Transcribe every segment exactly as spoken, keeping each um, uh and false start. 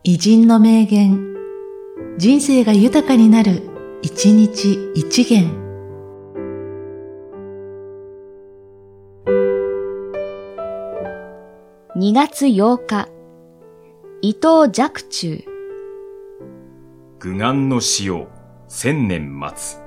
偉人の名言、人生が豊かになる、一日一元。 にがつようか、伊藤若冲。 愚願のしよう、千年待つ。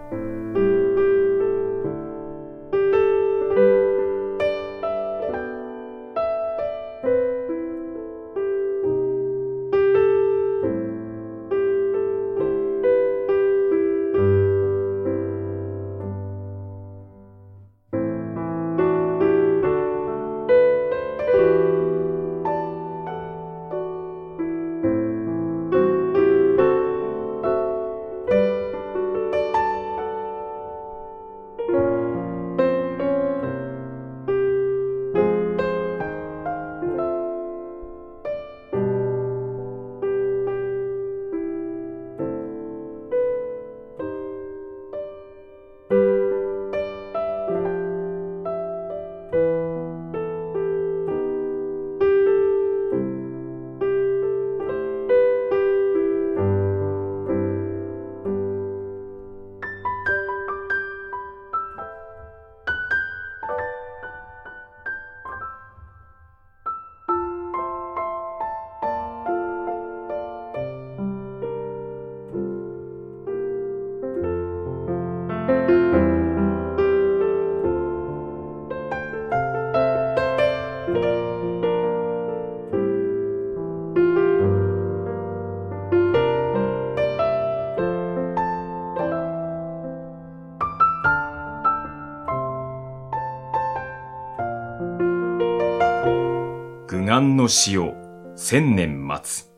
愚願のしよう、千年待つ。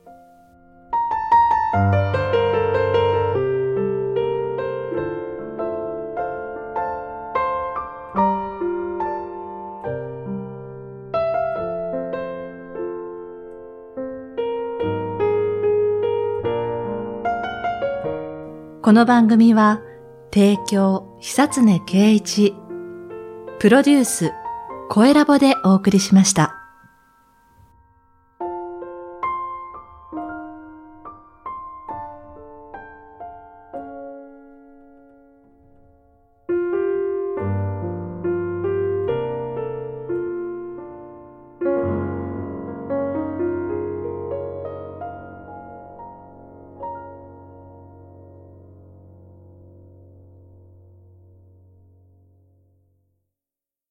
この番組は提供久常圭一、プロデュース声ラボでお送りしました。